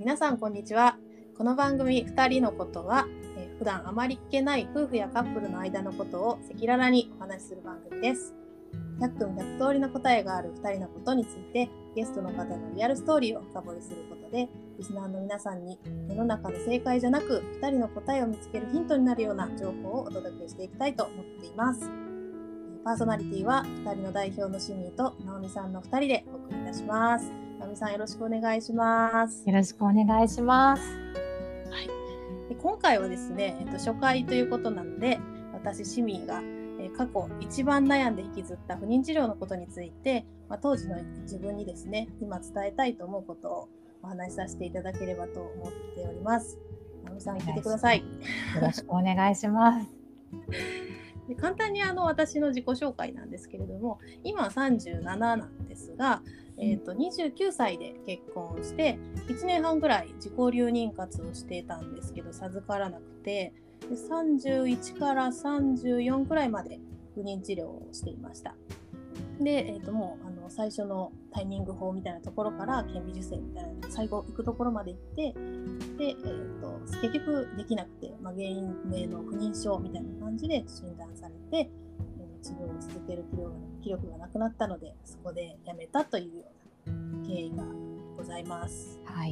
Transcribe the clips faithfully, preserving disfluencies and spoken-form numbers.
皆さんこんにちは。この番組ふたりのことは、えー、普段あまり聞けない夫婦やカップルの間のことを赤裸々にお話しする番組です。ひゃく分ひゃく通りの答えがあるふたりのことについて、ゲストの方のリアルストーリーを深掘りすることで、リスナーの皆さんに世の中の正解じゃなくふたりの答えを見つけるヒントになるような情報をお届けしていきたいと思っています。パーソナリティはふたりの代表のシミーと直美さんのふたりでお送りいたします。直美さん、よろしくお願いします。 よろしくお願いします。 はい、で今回はですね、えっと、初回ということなので、私シミーが、えー、過去一番悩んで引きずった不妊治療のことについて、まあ、当時の自分にですね、今伝えたいと思うことをお話しさせていただければと思っております。直美さん、聞いてください。 よろしくお願いします。 で簡単にあの私の自己紹介なんですけれども、今さんじゅうなななんですが、えー、とにじゅうきゅうさいで結婚をしていちねんはんぐらい自己留妊活をしていたんですけど、授からなくて、でさんじゅういちからさんじゅうよんくらいまで不妊治療をしていました。で、えー、ともうあの最初のタイミング法みたいなところから顕微授精みたいな最後行くところまで行って、で、えー、と結局できなくて、まあ、原因不明の不妊症みたいな感じで診断されて、えー、治療を続ける気力がなくなったので、そこでやめたというような経緯がございます。 はい。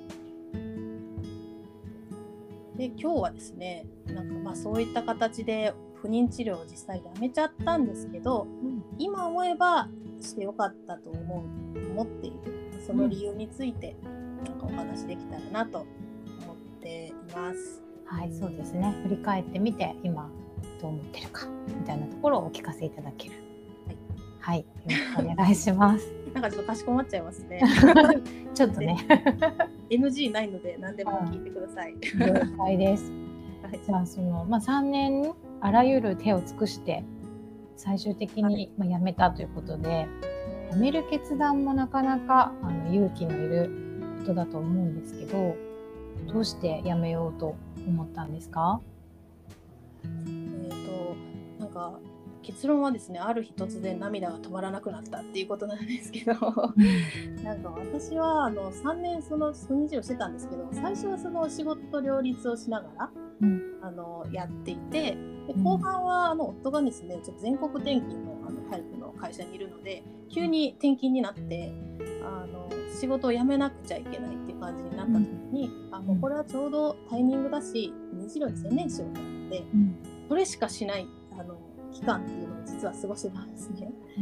で、今日はですね、なんかまあそういった形で不妊治療を実際やめちゃったんですけど、うん、今思えばしてよかったと思う思っているその理由について、なんかお話できたらなと思っています。 はい、そうですね。振り返ってみて今どう思ってるかみたいなところをお聞かせいただける。はい、はい、よろしくお願いします。 なんかちょっとかしこまっちゃいますね。 ちょっとねエヌジー ないので何でも聞いてください。 了解です。はい、じゃあその、まあ、さんねんあらゆる手を尽くして最終的に、まあ、辞めたということで、はい、辞める決断もなかなかあの勇気のいることだと思うんですけど、どうして辞めようと思ったんですか？ えーと、なんか結論はですね、ある日突然涙が止まらなくなったっていうことなんですけど、うん、なんか私はあのさんねんその不妊治療してたんですけど、最初はその仕事と両立をしながら、うん、あのやっていて、で後半はあの夫がですね、ちょっと全国転勤のあのタイプの会社にいるので、急に転勤になってあの仕事を辞めなくちゃいけないっていう感じになった時に、うん、あもうこれはちょうどタイミングだし、不妊治療に専念しようと思って、うん、それしかしないあの期間っていうのを実は過ごしてたんですね。うん、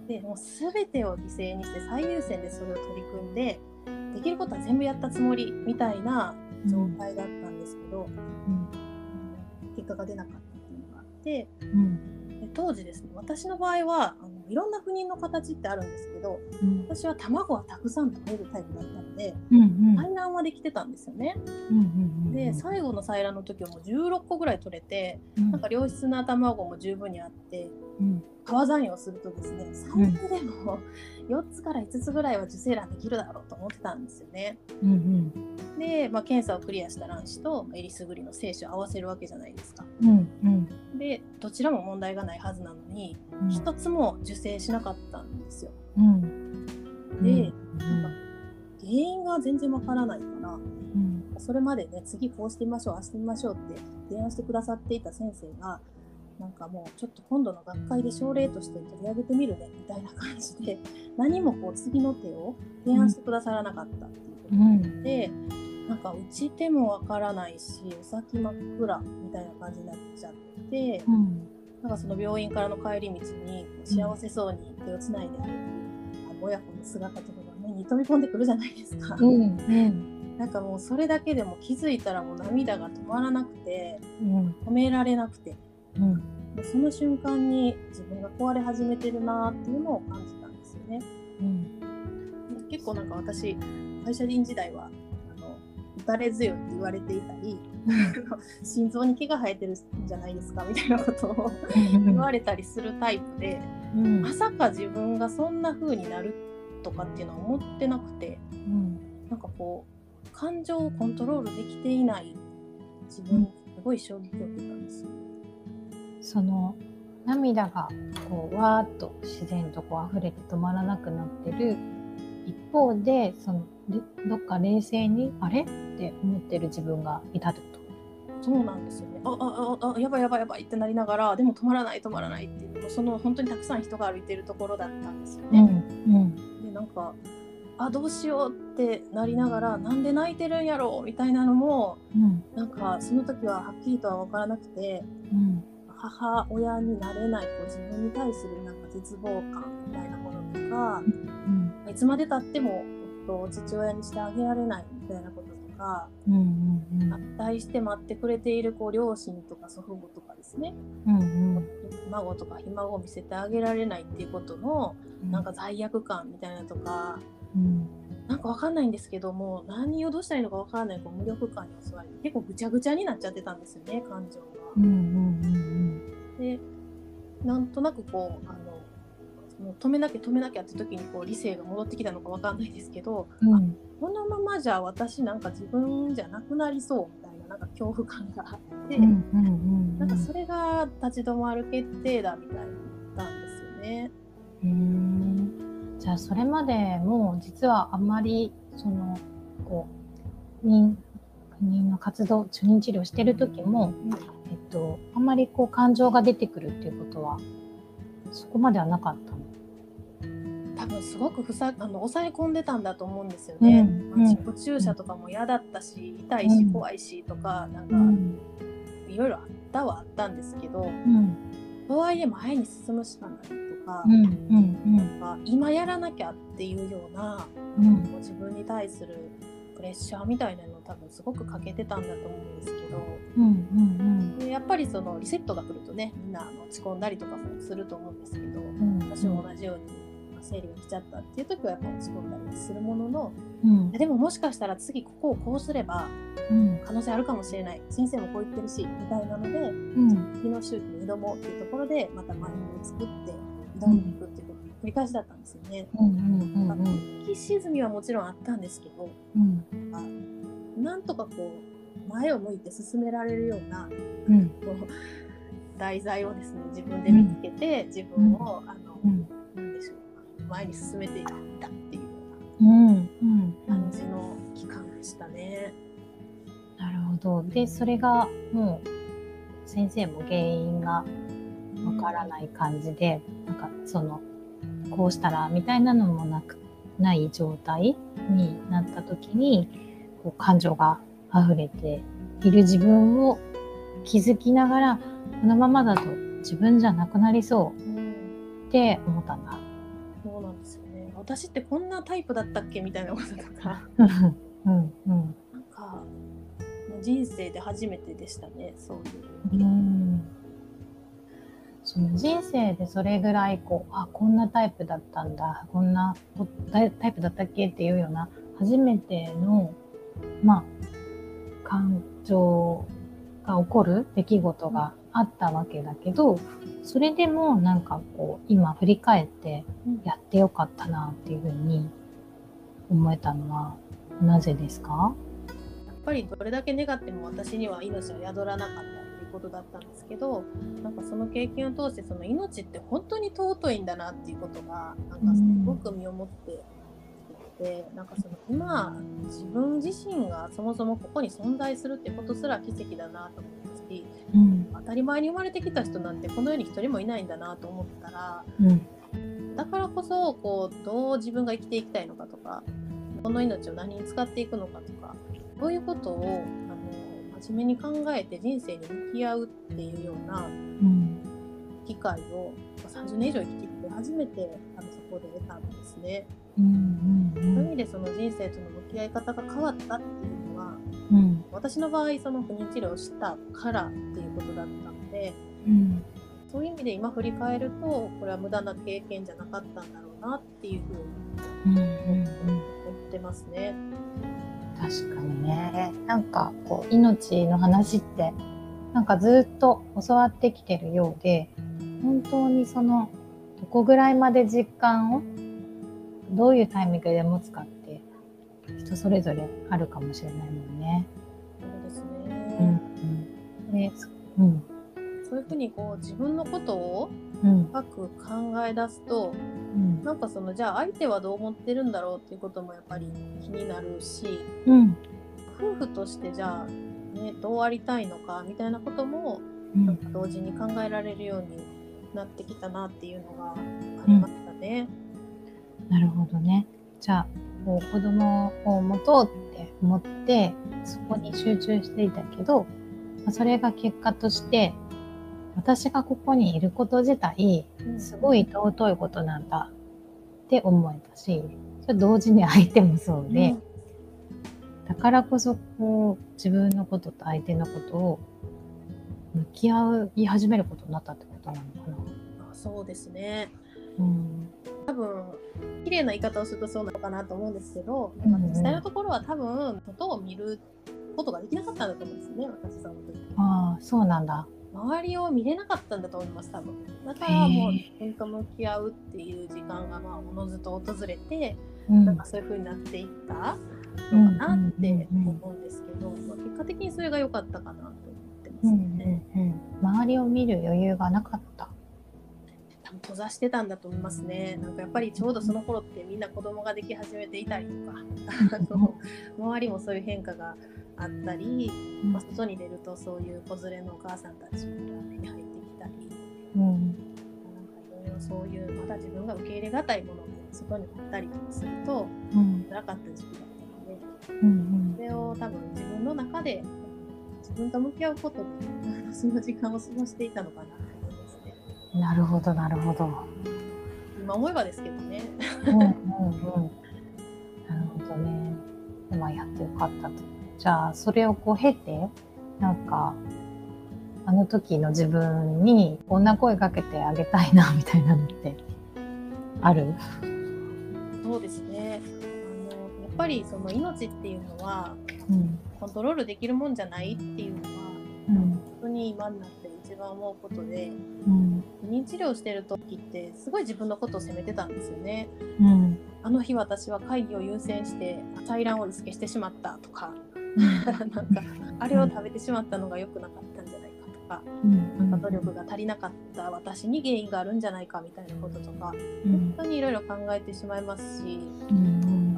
でもう全てを犠牲にして最優先でそれを取り組んで、できることは全部やったつもりみたいな状態だったんですけど、うん、結果が出なかったっていうのがあって、うん、で当時ですね、私の場合はあのいろんな不妊の形ってあるんですけど、うん、私は卵はたくさん取れるタイプだったので、うんうん、排卵はできてたんですよね。うんうんうん、で最後の採卵の時はもうじゅうろっこぐらい取れて、うん、なんか良質な卵も十分にあって、うん、川残用するとですね、最低でもよっつからいつつぐらいは受精卵できるだろうと思ってたんですよね。うんうん、で、まあ、検査をクリアした卵子とえりすぐりの精子を合わせるわけじゃないですか。うんうん、でどちらも問題がないはずなのに、一、うん、つも受精しなかったんですよ。うん、で、うん、なんか原因が全然わからないから、うん、それまでね、次こうしてみましょう、ああしてみましょうって提案してくださっていた先生が、なんかもうちょっと今度の学会で症例として取り上げてみるねみたいな感じで、何もこう次の手を提案してくださらなかったっていうことで、うん、なんか打ち手もわからないし、お先真っ暗みたいな感じになっちゃって、うん、なんかその病院からの帰り道に幸せそうに手をつないで歩く、うん、あの親子の姿とかが目に飛び込んでくるじゃないですか。うんうん、なんかもうそれだけでも気づいたらもう涙が止まらなくて、うん、止められなくて、うん、でその瞬間に自分が壊れ始めてるなっていうのを感じたんですよね。うん、結構なんか私会社員時代はあの打たれ強いって言われていたり、うん、心臓に毛が生えてるんじゃないですかみたいなことを言われたりするタイプで、うん、まさか自分がそんな風になるとかっていうのは思ってなくて、うん、なんかこう感情をコントロールできていない自分にすごい衝撃を受けたんですよ。 その涙がこうわーっと自然とこう溢れて止まらなくなってる一方でそのどっか冷静にあれって思ってる自分がいたってこと。 そうなんですよね。ああああやばいやばいやばいってなりながら、でも止まらない止まらないっていう、その本当にたくさん人が歩いてるところだったんですよね。 うんうん、 でなんかあどうしようってなりながら、なんで泣いてるんやろうみたいなのも、 うん、 なんかその時ははっきりとは分からなくて、 うん、 母親になれないこう自分に対するなんか絶望感みたいなものとか、 うん、 いつまでたっても夫を父親にしてあげられないみたいなこととか、 うんうんうん、 脱退して待ってくれているこう両親とか祖父母とかですね、 うんうん、 孫とかひ孫を見せてあげられないっていうことのなんか罪悪感みたいなとか、 うん、 なんかわかんないんですけども、何をどうしたらいいのかわからないこう無力感に襲われて結構ぐちゃぐちゃになっちゃってたんですよね、感情が。 うんうんうんでなんとなくこうあのその止めなきゃ止めなきゃって時にこう理性が戻ってきたのかわかんないですけど、 うん、 あこのままじゃ私なんか自分じゃなくなりそうみたいななんか恐怖感があって、 うんうんうん、 なんかそれが立ち止まる決定だみたいに言ったんですよね。 うーん、じゃあそれまでも実はあまりそのこう妊妊の活動受妊治療してる時も、えっと、あんまりこう感情が出てくるっていうことはそこまではなかったの。 多分すごくふさあの抑え込んでたんだと思うんですよね。 うんまあ、自己注射とかも嫌だったし、痛いし怖いしとかなんかいろいろあったはあったんですけど、うん、とはいえ前に進むしかないとか、うんうんうん、なんか今やらなきゃっていうような、うん、自分に対するプレッシャーみたいなのを多分すごくかけてたんだと思うんですけど、うんうんうん、でやっぱりそのリセットが来るとね、みんなあの落ち込んだりとかもすると思うんですけど、うん、私も同じように生理が来ちゃったっていう時はやっぱ落ち込んだりするものの、うん、でももしかしたら次ここをこうすれば可能性あるかもしれない、先生もこう言ってるしみたいなので、うん、次の周期に挑もうっていうところでまたマインドを作って挑んでいくっていうことの繰り返しだったんですよね。浮き沈みはもちろんあったんですけど、うん、なんとかこう前を向いて進められるような、うん、こう題材をですね自分で見つけて、自分を、うん、あの、うん、なんでしょう、前に進めていったっていうような感じの期間でしたね。 なるほど。でそれがもう先生も原因がわからない感じで、うん、なんかそのこうしたらみたいなのもなくない状態になった時にこう感情が溢れている自分を気づきながら、このままだと自分じゃなくなりそうって思ったんだ。 そうなんですよね。私ってこんなタイプだったっけみたいなこととか、 うんうん、 なんか人生で初めてでしたね、そういう。 うん、その人生でそれぐらいこう、あ、こんなタイプだったんだ、こんなタイプだったっけっていうような初めてのまあ感情が起こる出来事があったわけだけど、それでもなんかこう今振り返ってやってよかったなっていうふうに思えたのはなぜですか？ やっぱりどれだけ願っても私には命は宿らなかったっていうことだったんですけど、なんかその経験を通してその命って本当に尊いんだなっていうことがなんかすごく身をもってきて、うん、なんかその今自分自身がそもそもここに存在するってことすら奇跡だなと思いますし、うん、当たり前に生まれてきた人なんてこの世に一人もいないんだなと思ったら、うん、だからこそこうどう自分が生きていきたいのかとか、この命を何に使っていくのかとか、そういうことをあの真面目に考えて人生に向き合うっていうような機会をさんじゅうねん以上生きてきて初めてあのそこで得たんですね。うんうんうん、そういう意味でその人生との向き合い方が変わったっていうのは、うん、私の場合その不妊治療をしたからっていうことだったので、うん、そういう意味で今振り返るとこれは無駄な経験じゃなかったんだろうなっていうふうに思ってますね。 確かにね。なんかこう命の話ってなんかずっと教わってきてるようで、本当にそのどこぐらいまで実感をどういうタイミングで持つかって人それぞれあるかもしれないもんね。 そうですね。 うんうん、で、うん、 そういうふうにこう自分のことを深く考え出すと、うん、なんかそのじゃあ相手はどう思ってるんだろうっていうこともやっぱり気になるし、うん、夫婦としてじゃあ、ね、どうありたいのかみたいなこともなんか同時に考えられるようになってきたなっていうのがありましたね。 うん、なるほどね。じゃあこう子供を持とうって思ってそこに集中していたけど、それが結果として私がここにいること自体すごい尊いことなんだって思えたし、それ同時に相手もそうで、うん、だからこそこう自分のことと相手のことを向き合い始めることになったってことなのかな。 あ、そうですね、うん、多分綺麗な言い方をするとそうなのかなと思うんですけど、うんうん、実際のところは多分外を見ることができなかったんだと思うんですね、私さんの時。 ああ、そうなんだ。 周りを見れなかったんだと思います、多分。だからもう自分と向き合うっていう時間がまあおのずと訪れて、うん、なんかそういう風になっていったのかなって思うんですけど、うんうんうんうん、まあ、結果的にそれが良かったかなと思ってますね、うんうんうん、 周りを見る余裕がなかった。 多分閉ざしてたんだと思いますね。なんかやっぱりちょうどその頃ってみんな子供ができ始めていたりとかあの周りもそういう変化があったり、まあ、外に出るとそういう子連れのお母さんたちが目に入ってきたり、うん、なんかいろいろそういうまた自分が受け入れがたいものが外にあったりとかすると辛かった時期だったので、うんうん、それを多分自分の中で自分と向き合うことでその時間を過ごしていたのかなと思いますね。 なるほどなるほど。 今思えばですけどね。 うんうんうん、なるほどね。まあやってよかったと。じゃあそれをこう経てなんかあの時の自分にこんな声かけてあげたいなみたいなのってある？ そうですね。あのやっぱりその命っていうのは、うん、コントロールできるもんじゃないっていうのは、うん、本当に今になって一番思うことで、うん、不妊治療してる時ってすごい自分のことを責めてたんですよね。うん、あの日私は会議を優先して採卵をリスケしてしまったとかなんかあれを食べてしまったのが良くなかったんじゃないかとか、うん、なんか努力が足りなかった私に原因があるんじゃないかみたいなこととか、うん、本当にいろいろ考えてしまいますし、うん、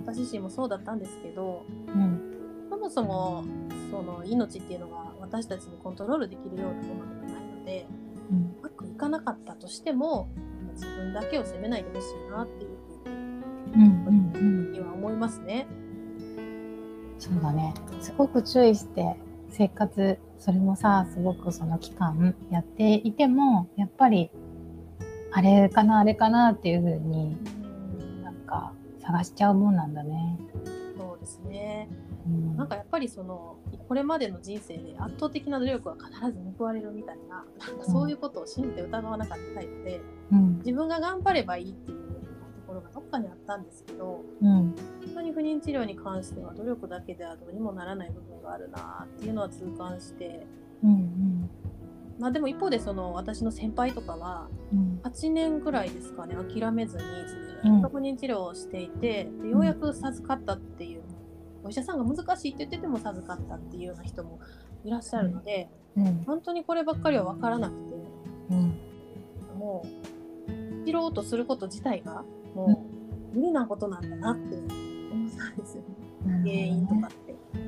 私自身もそうだったんですけど、うん、そもそもその命っていうのが私たちにコントロールできるようなものではないので、うん、うまくいかなかったとしても自分だけを責めないでほしいなっていうふうに、うんうん、は思いますね。 そうだね。すごく注意して生活、それもさ、すごくその期間やっていても、やっぱりあれかなあれかなっていう風になんか探しちゃうもんなんだね。 そうですね。うん、なんかやっぱりそのこれまでの人生で圧倒的な努力は必ず報われるみたいな、なんかそういうことを信じて疑わなかったタイプで、うん、自分が頑張ればいいっていうところがどっかにあったんですけど、うん、本当に不妊治療に関しては努力だけではどうにもならない部分があるなっていうのは痛感して、うんうん、まあでも一方でその私の先輩とかははちねんぐらいですかね、諦めずにずっと不妊治療をしていて、でようやく授かったっていう、お医者さんが難しいって言ってても授かったっていうような人もいらっしゃるので、うん、本当にこればっかりは分からなくて、うん、もう知ろうとすること自体がもう無理なことなんだなって思ったんですよ、うん、原因とかって、うん、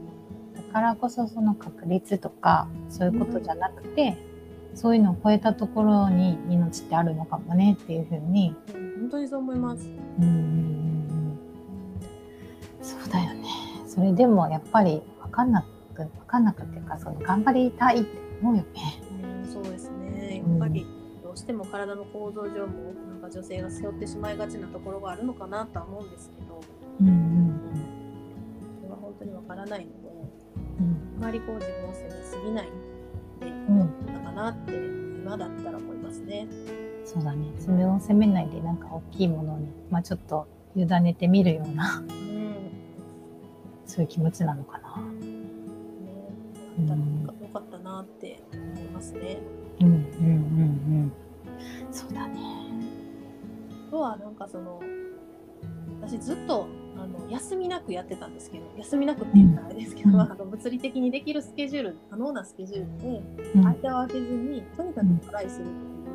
だからこそその確率とかそういうことじゃなくて、うん、そういうのを超えたところに命ってあるのかもねっていうふうに、 うん、本当にそう思います。 うんうんうん、そうだよね。それでもやっぱり分かんなく分かんなくっていうか、その頑張りたいって思うよね。 うん、そうですね。やっぱりどうしても体の構造上もなんか女性が背負ってしまいがちなところがあるのかなとは思うんですけど、うんうん、それは本当に分からないので、うん、あまりこう自分を責めすぎないで思ったかなって今だったら思いますね。 そうだね。自分を責めないでなんか大きいものに、まあ、ちょっと委ねてみるような、うん、そういう気持ちなのかな。ね、 よかったなって思いますね。 うんうんうんうん。そうだね。 あとはなんかその私ずっとあの休みなくやってたんですけど、休みなくって言ったらあれですけど、うん、あの物理的にできるスケジュール、可能なスケジュールで間を空けずにとにかくトライするっていう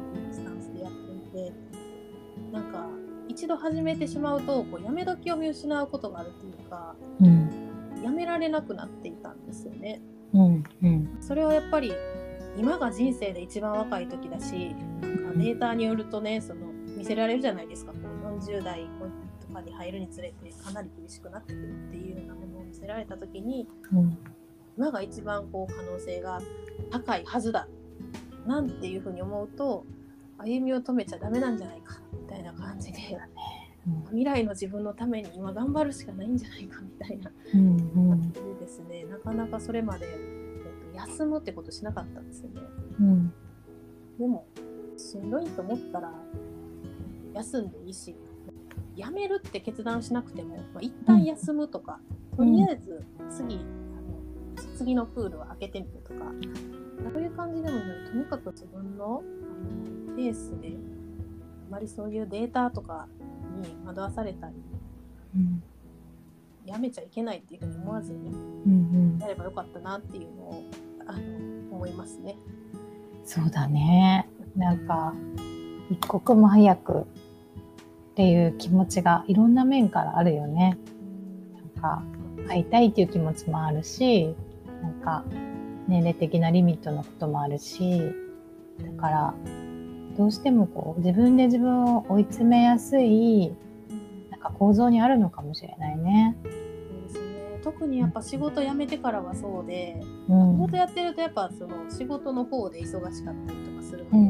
いうスタンスでやっていて、なんか一度始めてしまうとこうやめ時を見失うことがあるというか、 うん、 やめられなくなっていたんですよね。 うんうん、 それはやっぱり今が人生で一番若い時だし、なんかデータによるとね、その見せられるじゃないですか。こうよんじゅう代とかに入るにつれてかなり厳しくなってくるっていうようなものを見せられた時に、 うん、 今が一番こう可能性が高いはずだなんていうふうに思うと、歩みを止めちゃダメなんじゃないかみたいな感じで、うん、未来の自分のために今頑張るしかないんじゃないかみたいな感じでですね、なかなかそれまで、えっと、休むってことしなかったんですよね。 うん、 でもしんどいと思ったら休んでいいし、やめるって決断しなくても、まあ、一旦休むとか、うん、とりあえず次、あの次のプールを開けてみるとか、そういう感じでもね、とにかく自分のペースで、あまりそういうデータとかに惑わされたり、うん、やめちゃいけないっていうふうに思わずに、うんうん、やればよかったなっていうのをあの思いますね。 そうだね。なんか一刻も早くっていう気持ちがいろんな面からあるよね。なんか会いたいっていう気持ちもあるし、なんか年齢的なリミットのこともあるし、だからどうしてもこう自分で自分を追い詰めやすいなんか構造にあるのかもしれないね。 そうですね。特にやっぱ仕事辞めてからはそうで、 うん、 仕事やってるとやっぱその仕事の方で忙しかったりとかするので、うん、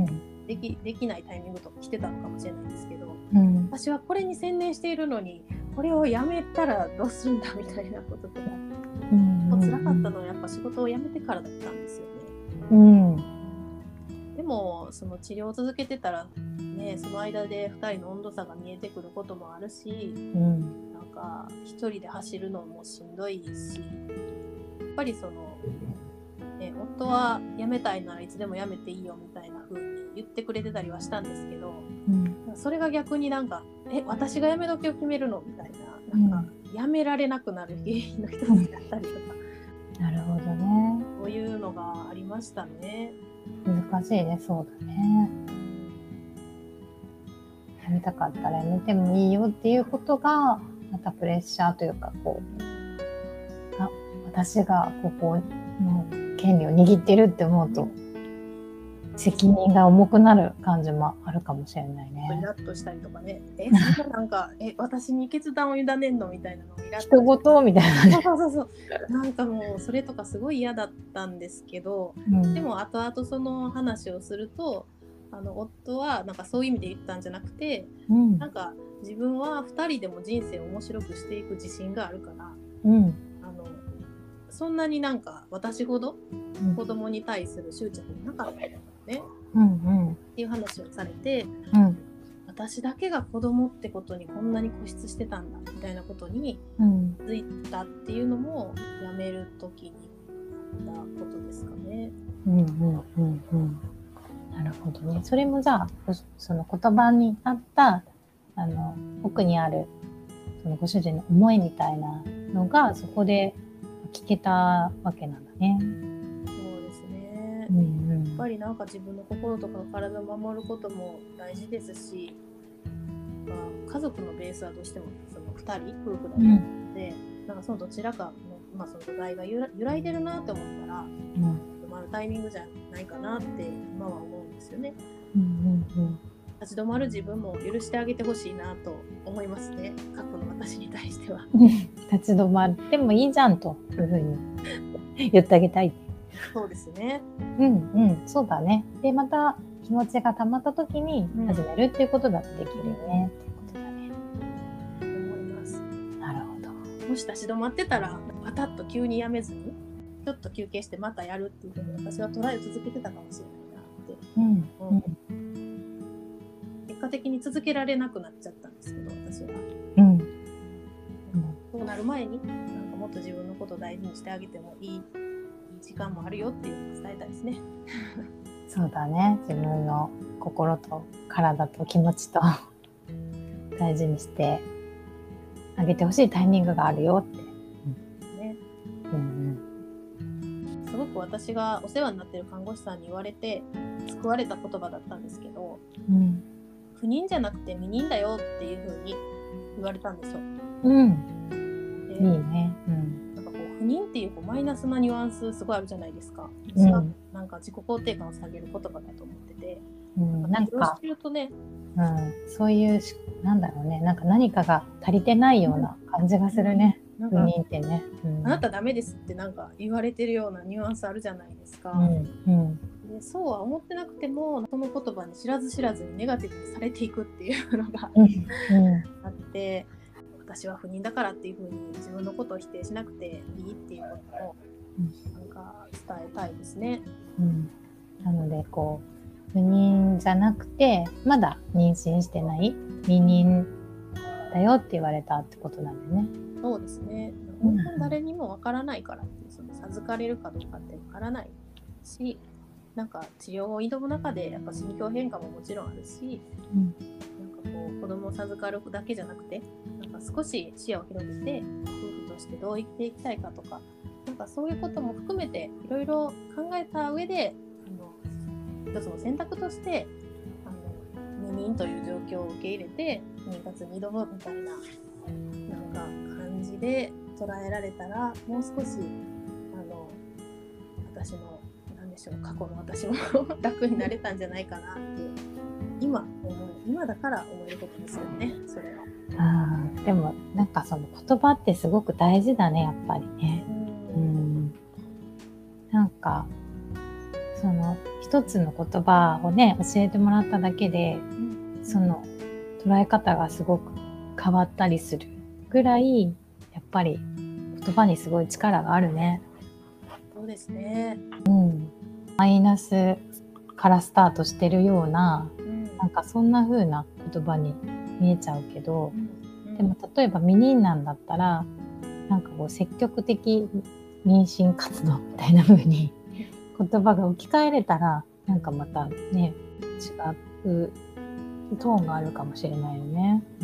でき、できないタイミングとか来てたのかもしれないんですけど、うん、私はこれに専念しているのにこれを辞めたらどうするんだみたいなこととか、うん、辛かったのはやっぱ仕事を辞めてからだったんですよね。うん、でもその治療を続けてたらね、その間でふたりの温度差が見えてくることもあるし、うん、なんか一人で走るのもしんどいし、やっぱりその、ね、夫は辞めたいならいつでも辞めていいよみたいな風に言ってくれてたりはしたんですけど、うん、それが逆になんかえ私が辞め時を決めるのみたいな、なんか辞められなくなる原因の一つだったりとか、 うん、なるほどね。 そういうのがありましたね。 難しいね。そうだね。辞めたかったら辞めてもいいよっていうことがまたプレッシャーというか、こうあ私がここの権利を握ってるって思うと責任が重くなる感じもあるかもしれないね。 イラッとしたりとかね、えなんかえ私に決断を委ねんのみたいなのをイラッと人事みたいなね。 そうそうそうなんかもうそれとかすごい嫌だったんですけど、うん、でも後々その話をすると、あの夫はなんかそういう意味で言ったんじゃなくて、うん、なんか自分はふたりでも人生を面白くしていく自信があるから、うん、あのそんなになんか私ほど子供に対する執着がなかったんだよね、うんうん、っていう話をされて、うん、私だけが子供ってことにこんなに固執してたんだみたいなことに気づいたっていうのも辞める時にあったことですかね。 うんうんうんうん、なるほどね。それもじゃあその言葉にあったあの奥にあるそのご主人の思いみたいなのがそこで聞けたわけなんだね。 そうですね、 うんうん、 やっぱりなんか自分の心とか体を守ることも大事ですし、まあ、家族のベースはどうしてもそのふたり夫婦だったので、うん、なんかそのどちらかの、まあ、その土台が揺 ら, 揺らいでるなって思ったら、うん、止まるタイミングじゃないかなって今は思うんですよね。うんうんうん、立ち止まる自分も許してあげてほしいなと思いますね。過去の私に対しては立ち止まってもいいじゃんというふうに言ってあげたい。 そうですね。 うんうん、そうだね。でまた気持ちが溜まった時に始めるっていうことだってできるよね、うん、っていうことだね。 思います。 なるほど。 もし立ち止まってたらパタッと急にやめずにちょっと休憩してまたやるっていうふうに私はトライを続けてたかもしれないなって、うんうん、結果的に続けられなくなっちゃったんですけど私は、うん、そうなる前になんかもっと自分のことを大事にしてあげてもいい、いい時間もあるよっていうのを伝えたいですね。 そうだね。自分の心と体と気持ちと大事にしてあげてほしいタイミングがあるよって、うんねうんうん、 すごく私がお世話になっている看護師さんに言われて、 救われた言葉だったんですけど、 うん、 不妊じゃなくて未妊だよっていう風に言われたんですよ。 うん、 でいいね。うん、 なんかこう不妊っていうこうマイナスなニュアンスすごいあるじゃないですか。 うん私はなんか自己肯定感を下げる言葉だと思ってて、 うん、なんそうかしてるとね、 うん、そういうしなんだろうね、なんか何かが足りてないような感じがするね、不なんか妊ってね。うん、 あなたダメですってなんか言われてるようなニュアンスあるじゃないですか。 うんうん、 でそうは思ってなくてもその言葉に知らず知らずにネガティブにされていくっていうのがうんうあって、私は不妊だからっていう風に自分のことを否定しなくていいっていうことをなんか伝えたいですね。 んうん、なのでこう不妊じゃなくてまだ妊娠してない未妊だよって言われたってことなんだよね。 そうですね。本当に誰にもわからないからってその授かれるかどうかってわからないし、なんか治療を挑む中でやっぱ心境変化ももちろんあるし、 うん、 なんかこう子供を授かるだけじゃなくて、なんか少し視野を広げて夫婦としてどう生きていきたいかとか、なんかそういうことも含めていろいろ考えた上で、あの一つの選択としてあの未妊という状況を受け入れて妊活に挑むみたいななんか感じで捉えられたら、もう少しあの私のなんでしょう過去の私も楽になれたんじゃないかなって今思う今だから思えることですよね。それはあーでもなんかその言葉ってすごく大事だね、やっぱりね。 うん、 うん、なんかその一つの言葉をね教えてもらっただけで、 うん、 その捉え方がすごく変わったりするぐらいやっぱり言葉にすごい力があるね。 そうですね。 うん、マイナスからスタートしてるような、 うん、 なんかそんな風な言葉に見えちゃうけど、 うん、 でも例えば未妊なんだったらなんかこう積極的妊娠活動みたいな風に言葉が置き換えれたらなんかまたね違うトーンがあるかもしれないよね。うん、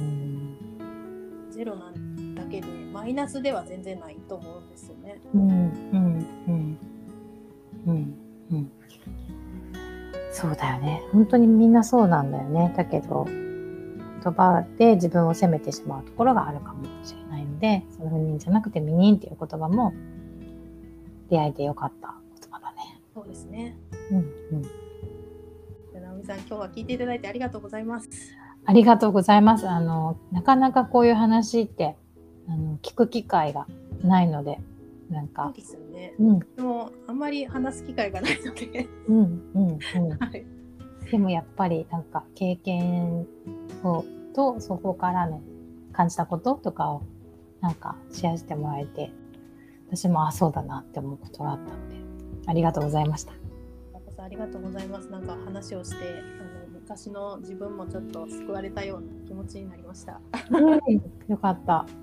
ゼロなんだけでマイナスでは全然ないと思うんですよね。 うんうんうんうんうん、そうだよね。本当にみんなそうなんだよね。だけど言葉で自分を責めてしまうところがあるかもしれないので、その不妊じゃなくて未妊っていう言葉も出会えてよかった言葉だね。 そうですね。 うんうん。 直美さん、今日は聞いていただいてありがとうございます。 ありがとうございます。あのなかなかこういう話ってあの聞く機会がないので、なんかそうですよね。 うん、 でもあんまり話す機会がないので、 うんうんうん。 はい、 でもやっぱりなんか経験をとそこからの感じたこととかをなんかシェアしてもらえて、私もあそうだなって思うことがあったのでありがとうございました。 ありがとうございます。なんか話をしてあの昔の自分もちょっと救われたような気持ちになりました。 うん、よかった。 はい。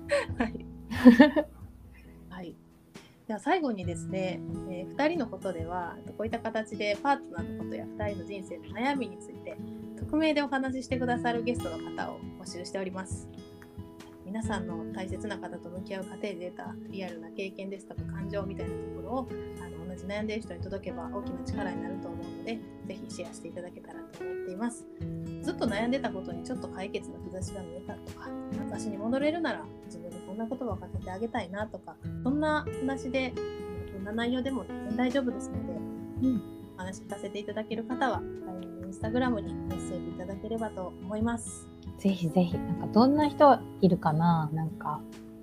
はい。では最後にですね、えー、ふたりのことではこういった形でパートナーのことやふたりの人生の悩みについて匿名でお話ししてくださるゲストの方を募集しております。皆さんの大切な方と向き合う過程で得たリアルな経験ですとか感情みたいなところをあの同じ悩んでいる人に届けば大きな力になると思うので、ぜひシェアしていただけたらと思っています。ずっと悩んでたことにちょっと解決の兆しが見えたとか、昔に戻れるなら自分にこんな言葉をかけてあげたいなとか、そんな話でどんな内容でも全然大丈夫ですので、うん、お話聞かせていただける方は ライン のインスタグラムにメッセージいただければと思います。 ぜひぜひ、なんかどんな人いるかな。なんか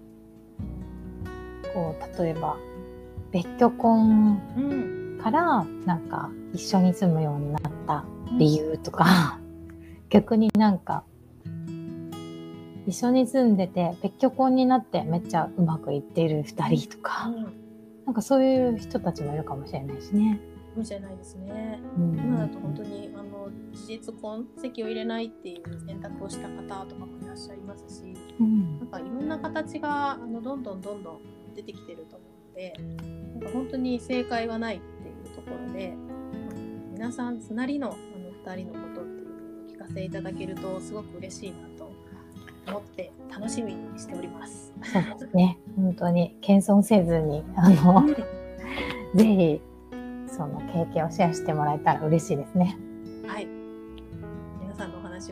こう例えば別居婚からなんか一緒に住むようになった理由とか、うん、逆になんか一緒に住んでて別居婚になってめっちゃうまくいっているふたりとか、うん、なんかそういう人たちもいるかもしれないしね。 かもしれないですね。 うん、 今だと本当にあの事実婚、籍を入れないっていう選択をした方とかもいらっしゃいますし、うん、なんかいろんな形があのどんどんどんどん出てきてると思うので、なんか本当に正解はないっていうところで、皆さんなりのあのふたりのことっていうのをお聞かせいただけるとすごく嬉しいなと思って楽しみにしております。 そうですね。本当に謙遜せずにあの、うん、ぜひその経験をシェアしてもらえたら嬉しいですね。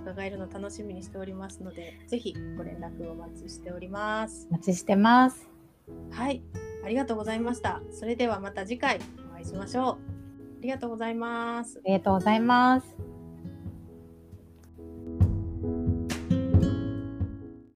伺えるの楽しみにしておりますので、ぜひご連絡をお待ちしております。 お待ちしてます。 はい、ありがとうございました。それではまた次回お会いしましょう。ありがとうございます。 ありがとうございます。